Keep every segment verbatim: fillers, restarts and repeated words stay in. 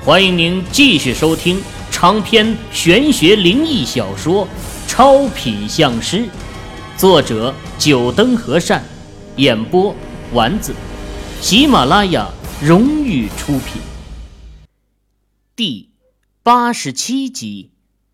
欢迎您继续收听长篇玄学灵异小说《超品相师》，作者九灯和善，演播丸子，喜马拉雅荣誉出品。第八十七集。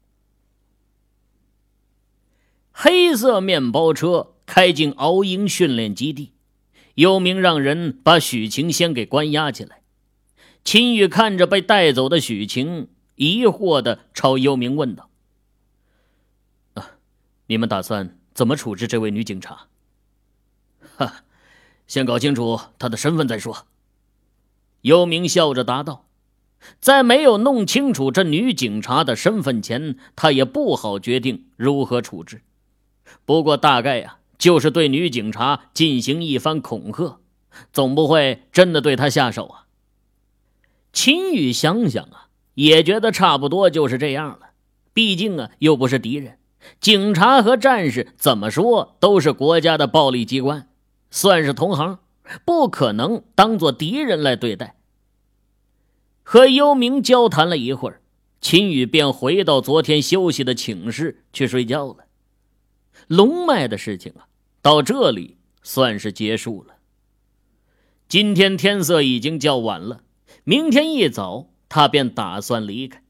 黑色面包车开进鳌鹰训练基地，幽冥让人把许晴先给关押起来。秦宇看着被带走的许晴，疑惑地朝幽冥问道：啊，你们打算怎么处置这位女警察？哈，先搞清楚她的身份再说。幽冥笑着答道，在没有弄清楚这女警察的身份前，他也不好决定如何处置。不过大概呀、啊，就是对女警察进行一番恐吓，总不会真的对她下手啊。秦宇想想啊，也觉得差不多就是这样了。毕竟啊，又不是敌人，警察和战士怎么说都是国家的暴力机关，算是同行，不可能当作敌人来对待。和幽冥交谈了一会儿，秦宇便回到昨天休息的寝室去睡觉了。龙脉的事情啊，到这里算是结束了。今天天色已经较晚了，明天一早他便打算离开。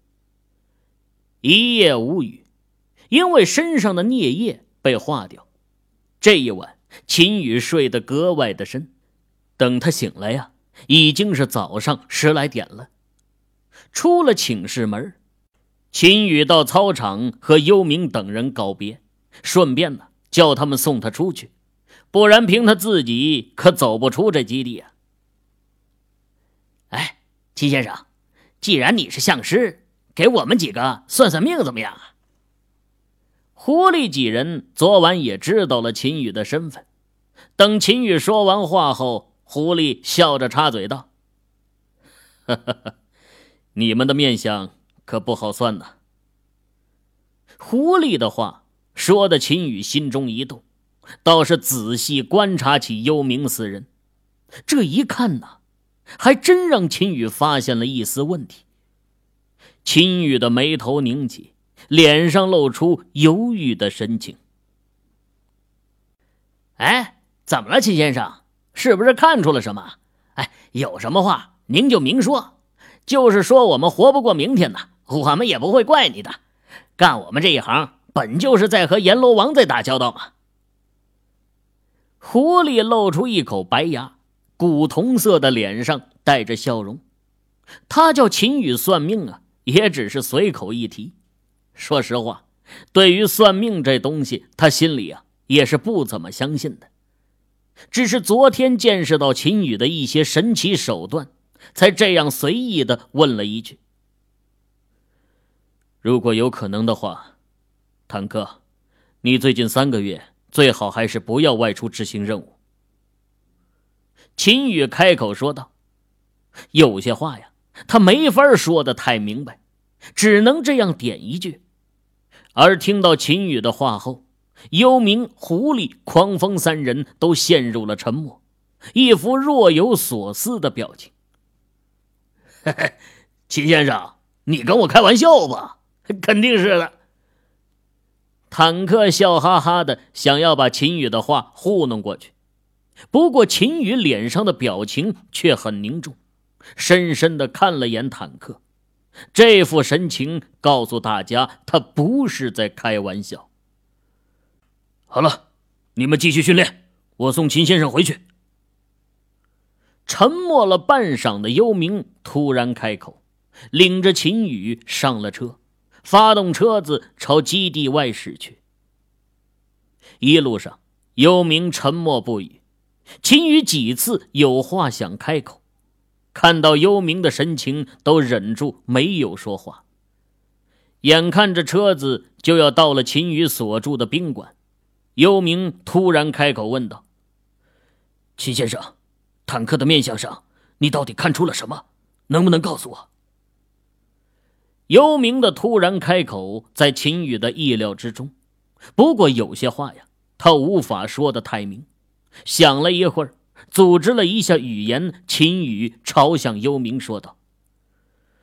一夜无语，因为身上的孽液被化掉。这一晚秦宇睡得格外的深，等他醒来呀、啊，已经是早上十来点了。出了寝室门，秦宇到操场和幽冥等人告别，顺便呢叫他们送他出去，不然凭他自己可走不出这基地啊。 哎，秦先生，既然你是相师，给我们几个算算命怎么样啊？ 狐狸几人昨晚也知道了秦宇的身份，等秦宇说完话后，狐狸笑着插嘴道：哈哈哈，你们的面相可不好算呐。狐狸的话说的秦宇心中一动，倒是仔细观察起幽冥四人。这一看呢、啊，还真让秦宇发现了一丝问题。秦宇的眉头拧起，脸上露出犹豫的神情。 哎，怎么了，秦先生？是不是看出了什么？哎，有什么话您就明说，就是说我们活不过明天呢，我们也不会怪你的。干我们这一行，本就是在和阎罗王在打交道嘛。 狐狸露出一口白牙，古铜色的脸上带着笑容。他叫秦宇算命啊，也只是随口一提。说实话，对于算命这东西，他心里啊也是不怎么相信的。只是昨天见识到秦宇的一些神奇手段，才这样随意的问了一句：如果有可能的话，坦克，你最近三个月最好还是不要外出执行任务。秦宇开口说道，有些话呀，他没法说得太明白，只能这样点一句。而听到秦宇的话后，幽冥、狐狸、狂风三人都陷入了沉默，一副若有所思的表情。 嘿嘿，秦先生，你跟我开玩笑吧？肯定是的。 坦克笑哈哈的想要把秦宇的话糊弄过去，不过秦宇脸上的表情却很凝重，深深的看了眼坦克，这副神情告诉大家他不是在开玩笑。好了，你们继续训练，我送秦先生回去。沉默了半晌的幽冥突然开口，领着秦宇上了车，发动车子朝基地外驶去。一路上幽冥沉默不语，秦宇几次有话想开口，看到幽冥的神情都忍住没有说话。眼看着车子就要到了秦宇所住的宾馆，幽冥突然开口问道：秦先生，坦克的面相上你到底看出了什么？能不能告诉我？幽冥的突然开口在秦宇的意料之中，不过有些话呀，他无法说得太明。想了一会儿，组织了一下语言，秦宇朝向幽冥说道：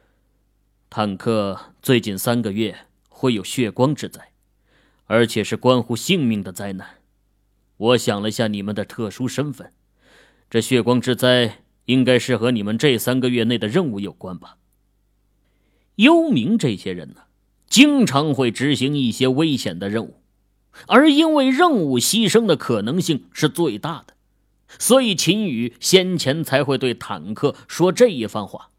坦克最近三个月会有血光之灾，而且是关乎性命的灾难。我想了下你们的特殊身份，这血光之灾应该是和你们这三个月内的任务有关吧。幽冥这些人呢，经常会执行一些危险的任务，而因为任务牺牲的可能性是最大的，所以秦宇先前才会对坦克说这一番话。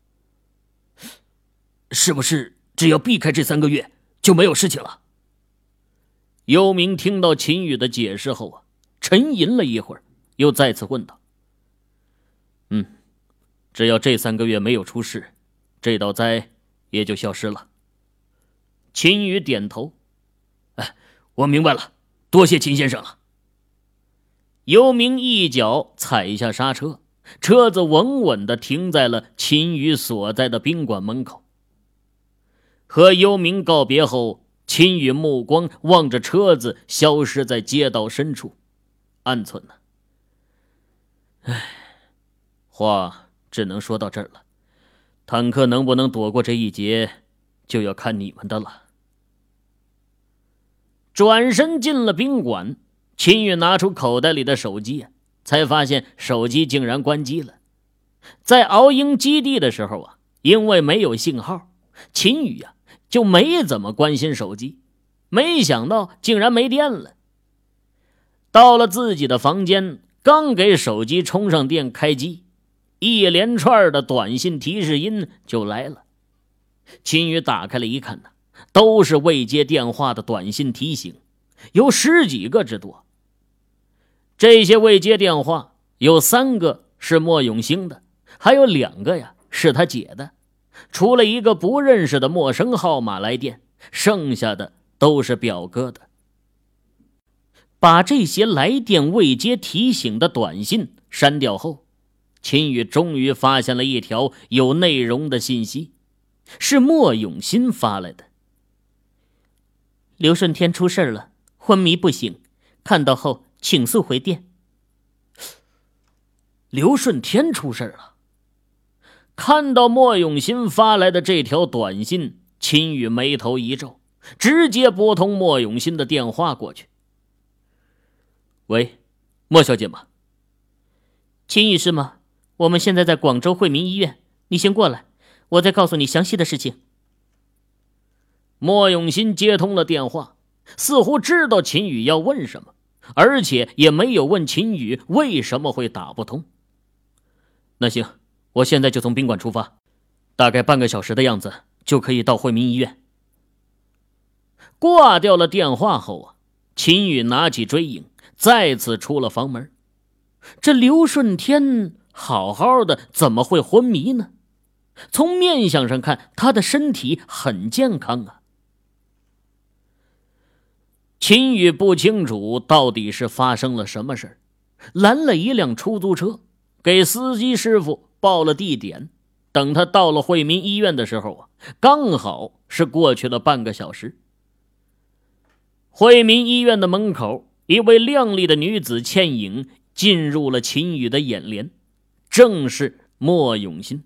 是不是只要避开这三个月就没有事情了？幽冥听到秦宇的解释后啊，沉吟了一会儿，又再次问道：嗯，只要这三个月没有出事，这道灾也就消失了。秦宇点头：哎，我明白了，多谢秦先生了。幽冥一脚踩下刹车，车子稳稳地停在了秦宇所在的宾馆门口。和幽冥告别后，秦宇目光望着车子消失在街道深处，暗忖呢：唉，话只能说到这儿了。坦克能不能躲过这一劫，就要看你们的了。转身进了宾馆，秦宇拿出口袋里的手机，才发现手机竟然关机了。在敖鹰基地的时候啊，因为没有信号，秦宇啊就没怎么关心手机，没想到竟然没电了。到了自己的房间，刚给手机充上电开机，一连串的短信提示音就来了。秦宇打开了一看呢，都是未接电话的短信提醒，有十几个之多。这些未接电话有三个是莫永兴的，还有两个呀是他姐的。除了一个不认识的陌生号码来电，剩下的都是表哥的。把这些来电未接提醒的短信删掉后，秦宇终于发现了一条有内容的信息，是莫永新发来的。 刘顺天出事了，昏迷不醒，看到后请速回电。 刘顺天出事了。看到莫永新发来的这条短信，秦宇眉头一皱，直接拨通莫永新的电话过去。喂，莫小姐吗？ 秦宇是吗？我们现在在广州惠民医院，你先过来，我再告诉你详细的事情。 莫永新接通了电话，似乎知道秦宇要问什么，而且也没有问秦宇为什么会打不通。那行，我现在就从宾馆出发，大概半个小时的样子就可以到惠民医院。挂掉了电话后啊，秦宇拿起追影，再次出了房门。这刘顺天好好的怎么会昏迷呢？从面相上看，他的身体很健康啊。秦宇不清楚到底是发生了什么事，拦了一辆出租车，给司机师傅报了地点。等他到了惠民医院的时候啊，刚好是过去了半个小时。惠民医院的门口，一位靓丽的女子倩影进入了秦宇的眼帘，正是莫永新。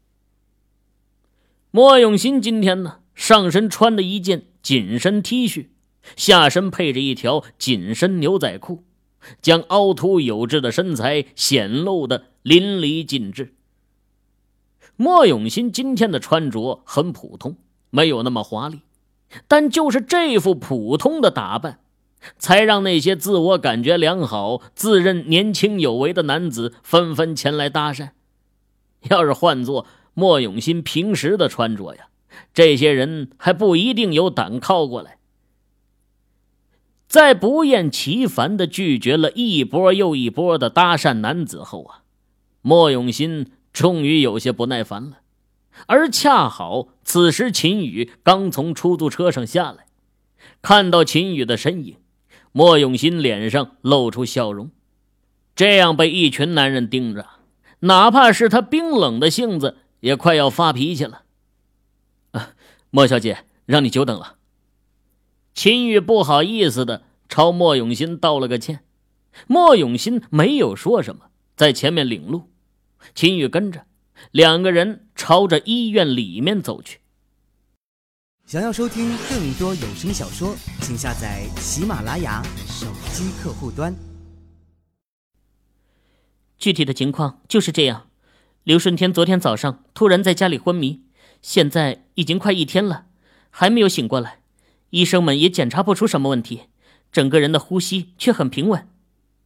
莫永新今天呢，上身穿的一件紧身 T 恤，下身配着一条紧身牛仔裤，将凹凸有致的身材显露得淋漓尽致。莫永新今天的穿着很普通，没有那么华丽，但就是这副普通的打扮，才让那些自我感觉良好、自认年轻有为的男子纷纷前来搭讪。要是换做莫永新平时的穿着呀，这些人还不一定有胆靠过来。在不厌其烦地拒绝了一波又一波的搭讪男子后啊，莫永新终于有些不耐烦了。而恰好此时秦宇刚从出租车上下来，看到秦宇的身影，莫永新脸上露出笑容。这样被一群男人盯着，哪怕是他冰冷的性子也快要发脾气了。啊，莫小姐，让你久等了。秦宇不好意思的朝莫永新道了个歉。莫永新没有说什么，在前面领路，秦宇跟着，两个人朝着医院里面走去。 想要收听更多有声小说，请下载喜马拉雅手机客户端。 具体的情况就是这样，刘顺天昨天早上突然在家里昏迷，现在已经快一天了，还没有醒过来，医生们也检查不出什么问题，整个人的呼吸却很平稳。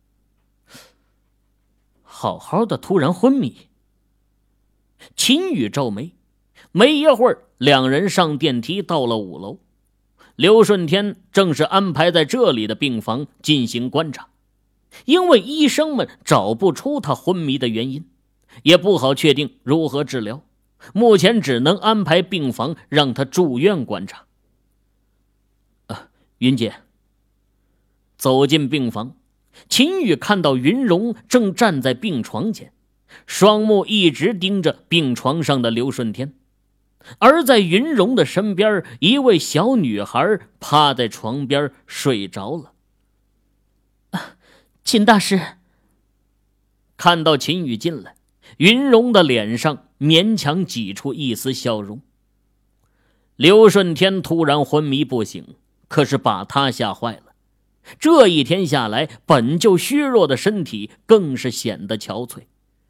好好的突然昏迷。秦宇皱眉，没一会儿两人上电梯到了五楼，刘顺天正是安排在这里的病房进行观察，因为医生们找不出他昏迷的原因，也不好确定如何治疗，目前只能安排病房让他住院观察。啊，云姐。走进病房，秦宇看到云荣正站在病床前，双目一直盯着病床上的刘顺天，而在云荣的身边，一位小女孩趴在床边睡着了。 啊，秦大师。 看到秦宇进来，云荣的脸上勉强挤出一丝笑容。刘顺天突然昏迷不醒，可是把他吓坏了。这一天下来，本就虚弱的身体更是显得憔悴。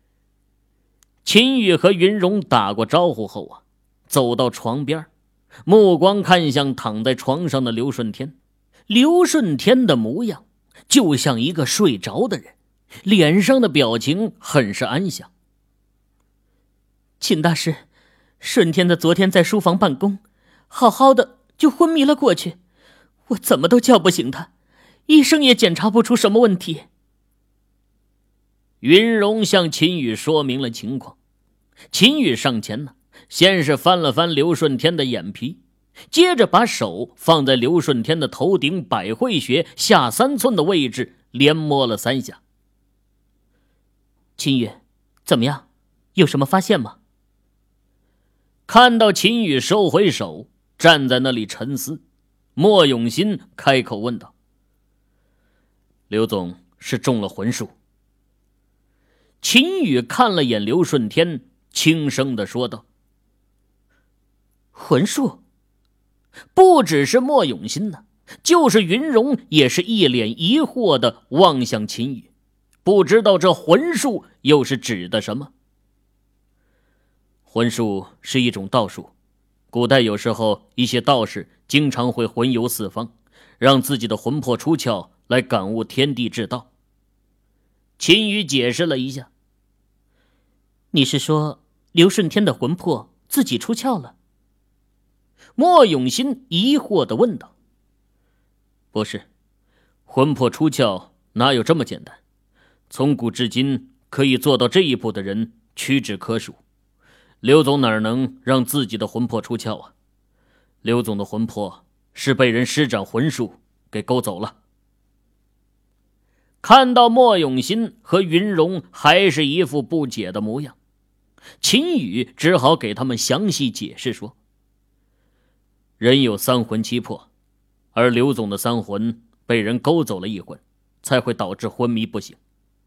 秦宇和云荣打过招呼后啊，走到床边，目光看向躺在床上的刘顺天。刘顺天的模样就像一个睡着的人，脸上的表情很是安详。 秦大师，顺天的昨天在书房办公，好好的就昏迷了过去，我怎么都叫不醒他，医生也检查不出什么问题。 云荣向秦宇说明了情况，秦宇上前呢，先是翻了翻刘顺天的眼皮，接着把手放在刘顺天的头顶百会穴下三寸的位置，连摸了三下。 秦宇，怎么样？有什么发现吗？ 看到秦宇收回手，站在那里沉思，莫永新开口问道：刘总是中了魂术。秦宇看了眼刘顺天，轻声地说道： 魂术？ 不只是莫永新呢，就是云荣也是一脸疑惑地望向秦宇，不知道这魂术又是指的什么。魂术是一种道术，古代有时候一些道士经常会魂游四方，让自己的魂魄出窍来感悟天地之道。秦宇解释了一下。 你是说刘顺天的魂魄自己出窍了？ 莫永新疑惑地问道。不是，魂魄出窍哪有这么简单，从古至今可以做到这一步的人屈指可数，刘总哪能让自己的魂魄出窍啊？刘总的魂魄是被人施展魂术给勾走了。看到莫永新和云荣还是一副不解的模样，秦宇只好给他们详细解释说，人有三魂七魄，而刘总的三魂被人勾走了一魂，才会导致昏迷不醒。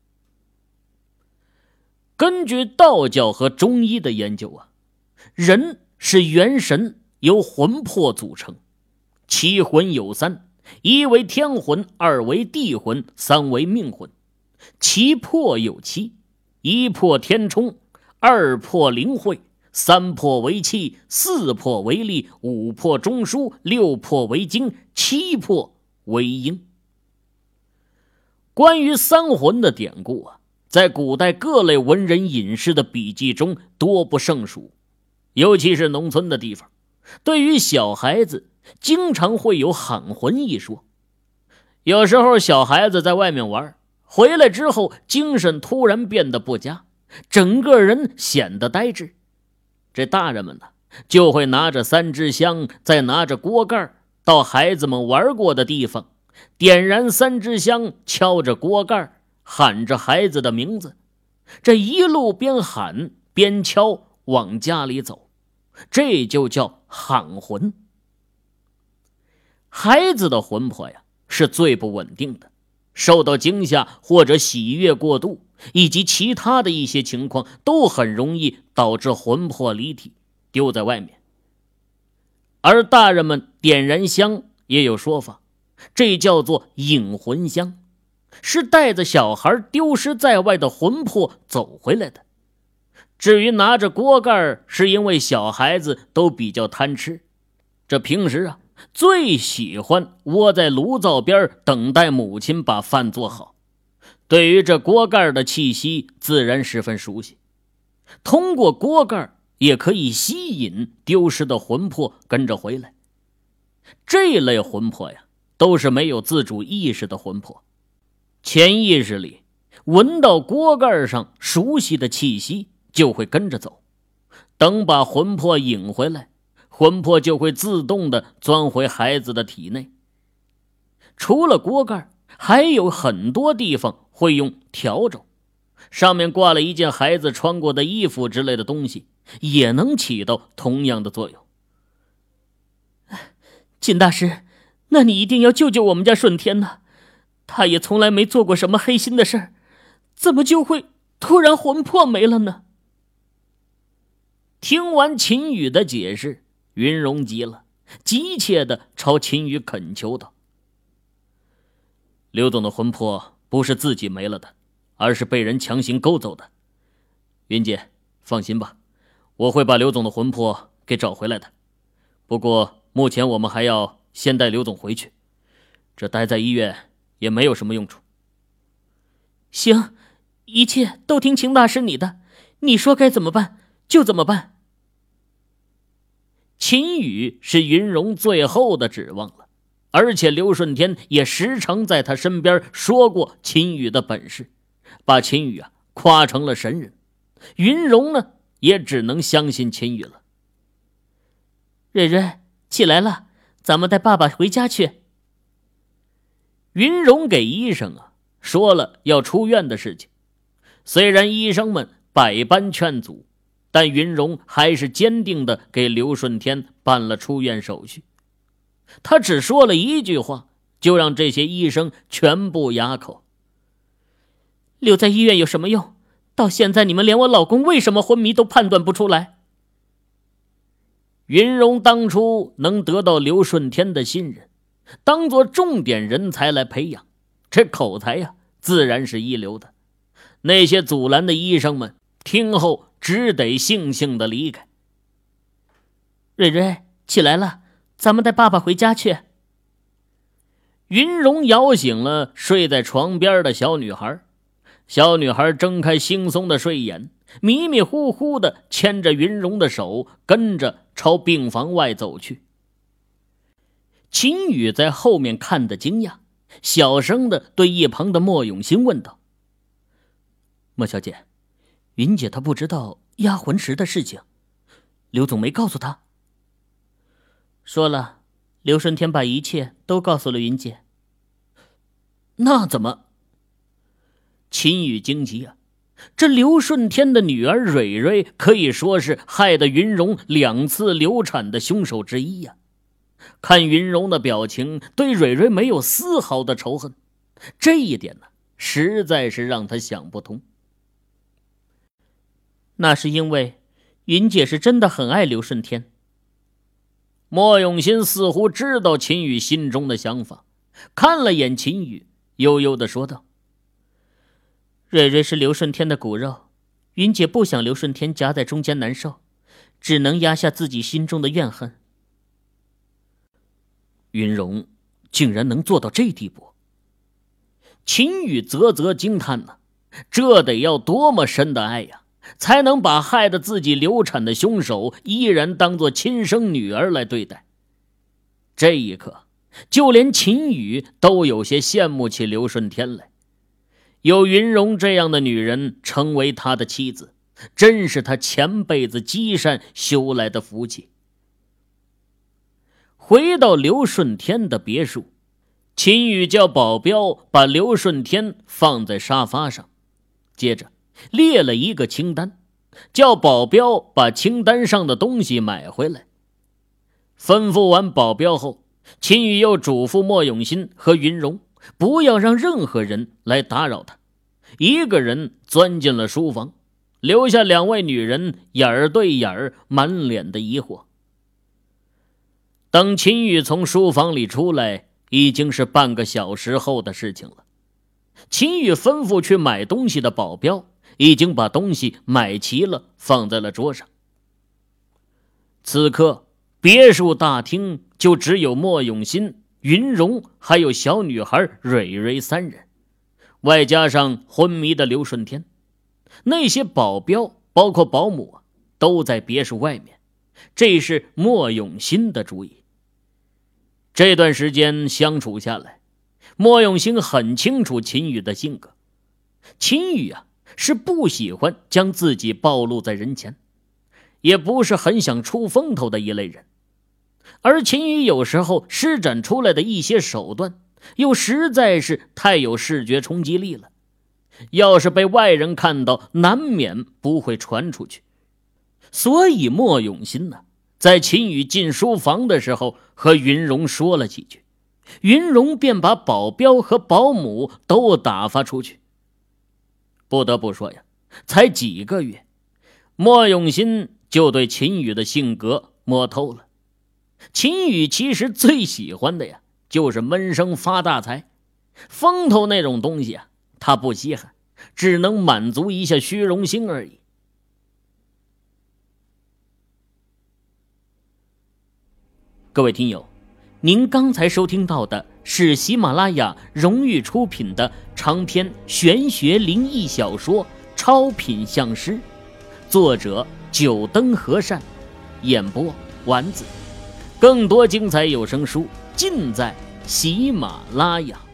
根据道教和中医的研究啊，人是元神由魂魄组成，七魂有三，一为天魂，二为地魂，三为命魂。七魄有七，一魄天冲，二魄灵慧，三魄为气，四魄为力，五魄中枢，六魄为精，七魄为阴。关于三魂的典故啊，在古代各类文人隐士的笔记中多不胜数，尤其是农村的地方，对于小孩子经常会有喊魂一说。有时候小孩子在外面玩，回来之后精神突然变得不佳，整个人显得呆滞，这大人们呢就会拿着三支香，再拿着锅盖，到孩子们玩过的地方，点燃三支香，敲着锅盖，喊着孩子的名字，这一路边喊边敲往家里走，这就叫喊魂。孩子的魂魄呀是最不稳定的，受到惊吓或者喜悦过度以及其他的一些情况，都很容易导致魂魄离体丢在外面。 而大人们点燃香也有说法，这叫做引魂香，是带着小孩丢失在外的魂魄走回来的。至于拿着锅盖，是因为小孩子都比较贪吃，这平时啊最喜欢窝在炉灶边等待母亲把饭做好，对于这锅盖的气息自然十分熟悉，通过锅盖也可以吸引丢失的魂魄跟着回来。这类魂魄呀，都是没有自主意识的魂魄，潜意识里闻到锅盖上熟悉的气息就会跟着走，等把魂魄引回来，魂魄就会自动的钻回孩子的体内。除了锅盖，还有很多地方会用笤帚，上面挂了一件孩子穿过的衣服之类的东西，也能起到同样的作用。 金大师，那你一定要救救我们家顺天呐！他也从来没做过什么黑心的事儿，怎么就会突然魂魄没了呢？ 听完秦羽的解释，云荣急了，急切地朝秦羽恳求道：刘总的魂魄不是自己没了的，而是被人强行勾走的。云姐放心吧，我会把刘总的魂魄给找回来的。不过目前我们还要先带刘总回去，这待在医院也没有什么用处。 行，一切都听秦大师你的，你说该怎么办就怎么办。 秦羽是云荣最后的指望了，而且刘顺天也时常在他身边说过秦羽的本事，把秦羽啊夸成了神人。云荣呢也只能相信秦羽了。 蕊蕊，起来了，咱们带爸爸回家去。 云荣给医生啊说了要出院的事情，虽然医生们百般劝阻，但云荣还是坚定地给刘顺天办了出院手续。他只说了一句话，就让这些医生全部哑口。 留在医院有什么用？到现在你们连我老公为什么昏迷都判断不出来。 云荣当初能得到刘顺天的信任，当作重点人才来培养，这口才呀自然是一流的。那些阻拦的医生们听后只得悻悻地离开。 蕊蕊，起来了，咱们带爸爸回家去。 云荣摇醒了睡在床边的小女孩，小女孩睁开惺忪的睡眼，迷迷糊糊地牵着云荣的手，跟着朝病房外走去。秦羽在后面看得惊讶，小声地对一旁的莫永新问道： 莫小姐，云姐她不知道压魂石的事情，刘总没告诉她？ 说了，刘顺天把一切都告诉了云姐。 那怎么？秦羽惊奇啊，这刘顺天的女儿蕊蕊可以说是害得云荣两次流产的凶手之一呀、啊。看云荣的表情，对蕊蕊没有丝毫的仇恨，这一点呢，实在是让他想不通。 那是因为云姐是真的很爱刘顺天。 莫永新似乎知道秦羽心中的想法，看了眼秦羽，悠悠地说道： 蕊蕊是刘顺天的骨肉，云姐不想刘顺天夹在中间难受，只能压下自己心中的怨恨。 云荣竟然能做到这地步，秦羽啧啧惊叹呐、啊，这得要多么深的爱呀，才能把害得自己流产的凶手依然当作亲生女儿来对待。这一刻，就连秦羽都有些羡慕起刘顺天来。有云荣这样的女人成为他的妻子，真是他前辈子积善修来的福气。回到刘顺天的别墅，秦羽叫保镖把刘顺天放在沙发上，接着列了一个清单，叫保镖把清单上的东西买回来。吩咐完保镖后，秦羽又嘱咐莫永新和云荣不要让任何人来打扰他，一个人钻进了书房，留下两位女人眼儿对眼儿，满脸的疑惑。 等秦宇从书房里出来，已经是半个小时后的事情了。秦宇吩咐去买东西的保镖已经把东西买齐了，放在了桌上。此刻别墅大厅就只有莫永新、云荣还有小女孩蕊蕊三人，外加上昏迷的刘顺天。那些保镖包括保姆都在别墅外面，这是莫永新的主意。这段时间相处下来，莫永新很清楚秦宇的性格。秦宇啊，是不喜欢将自己暴露在人前，也不是很想出风头的一类人。而秦宇有时候施展出来的一些手段，又实在是太有视觉冲击力了，要是被外人看到，难免不会传出去。所以莫永新呢，在秦宇进书房的时候和云荣说了几句，云荣便把保镖和保姆都打发出去。不得不说呀，才几个月，莫永新就对秦宇的性格摸透了。秦宇其实最喜欢的呀，就是闷声发大财，风头那种东西啊，他不稀罕，只能满足一下虚荣心而已。 各位听友，您刚才收听到的是喜马拉雅荣誉出品的长篇玄学灵异小说《超品相师》，作者九灯和善，演播丸子。更多精彩有声书尽在喜马拉雅。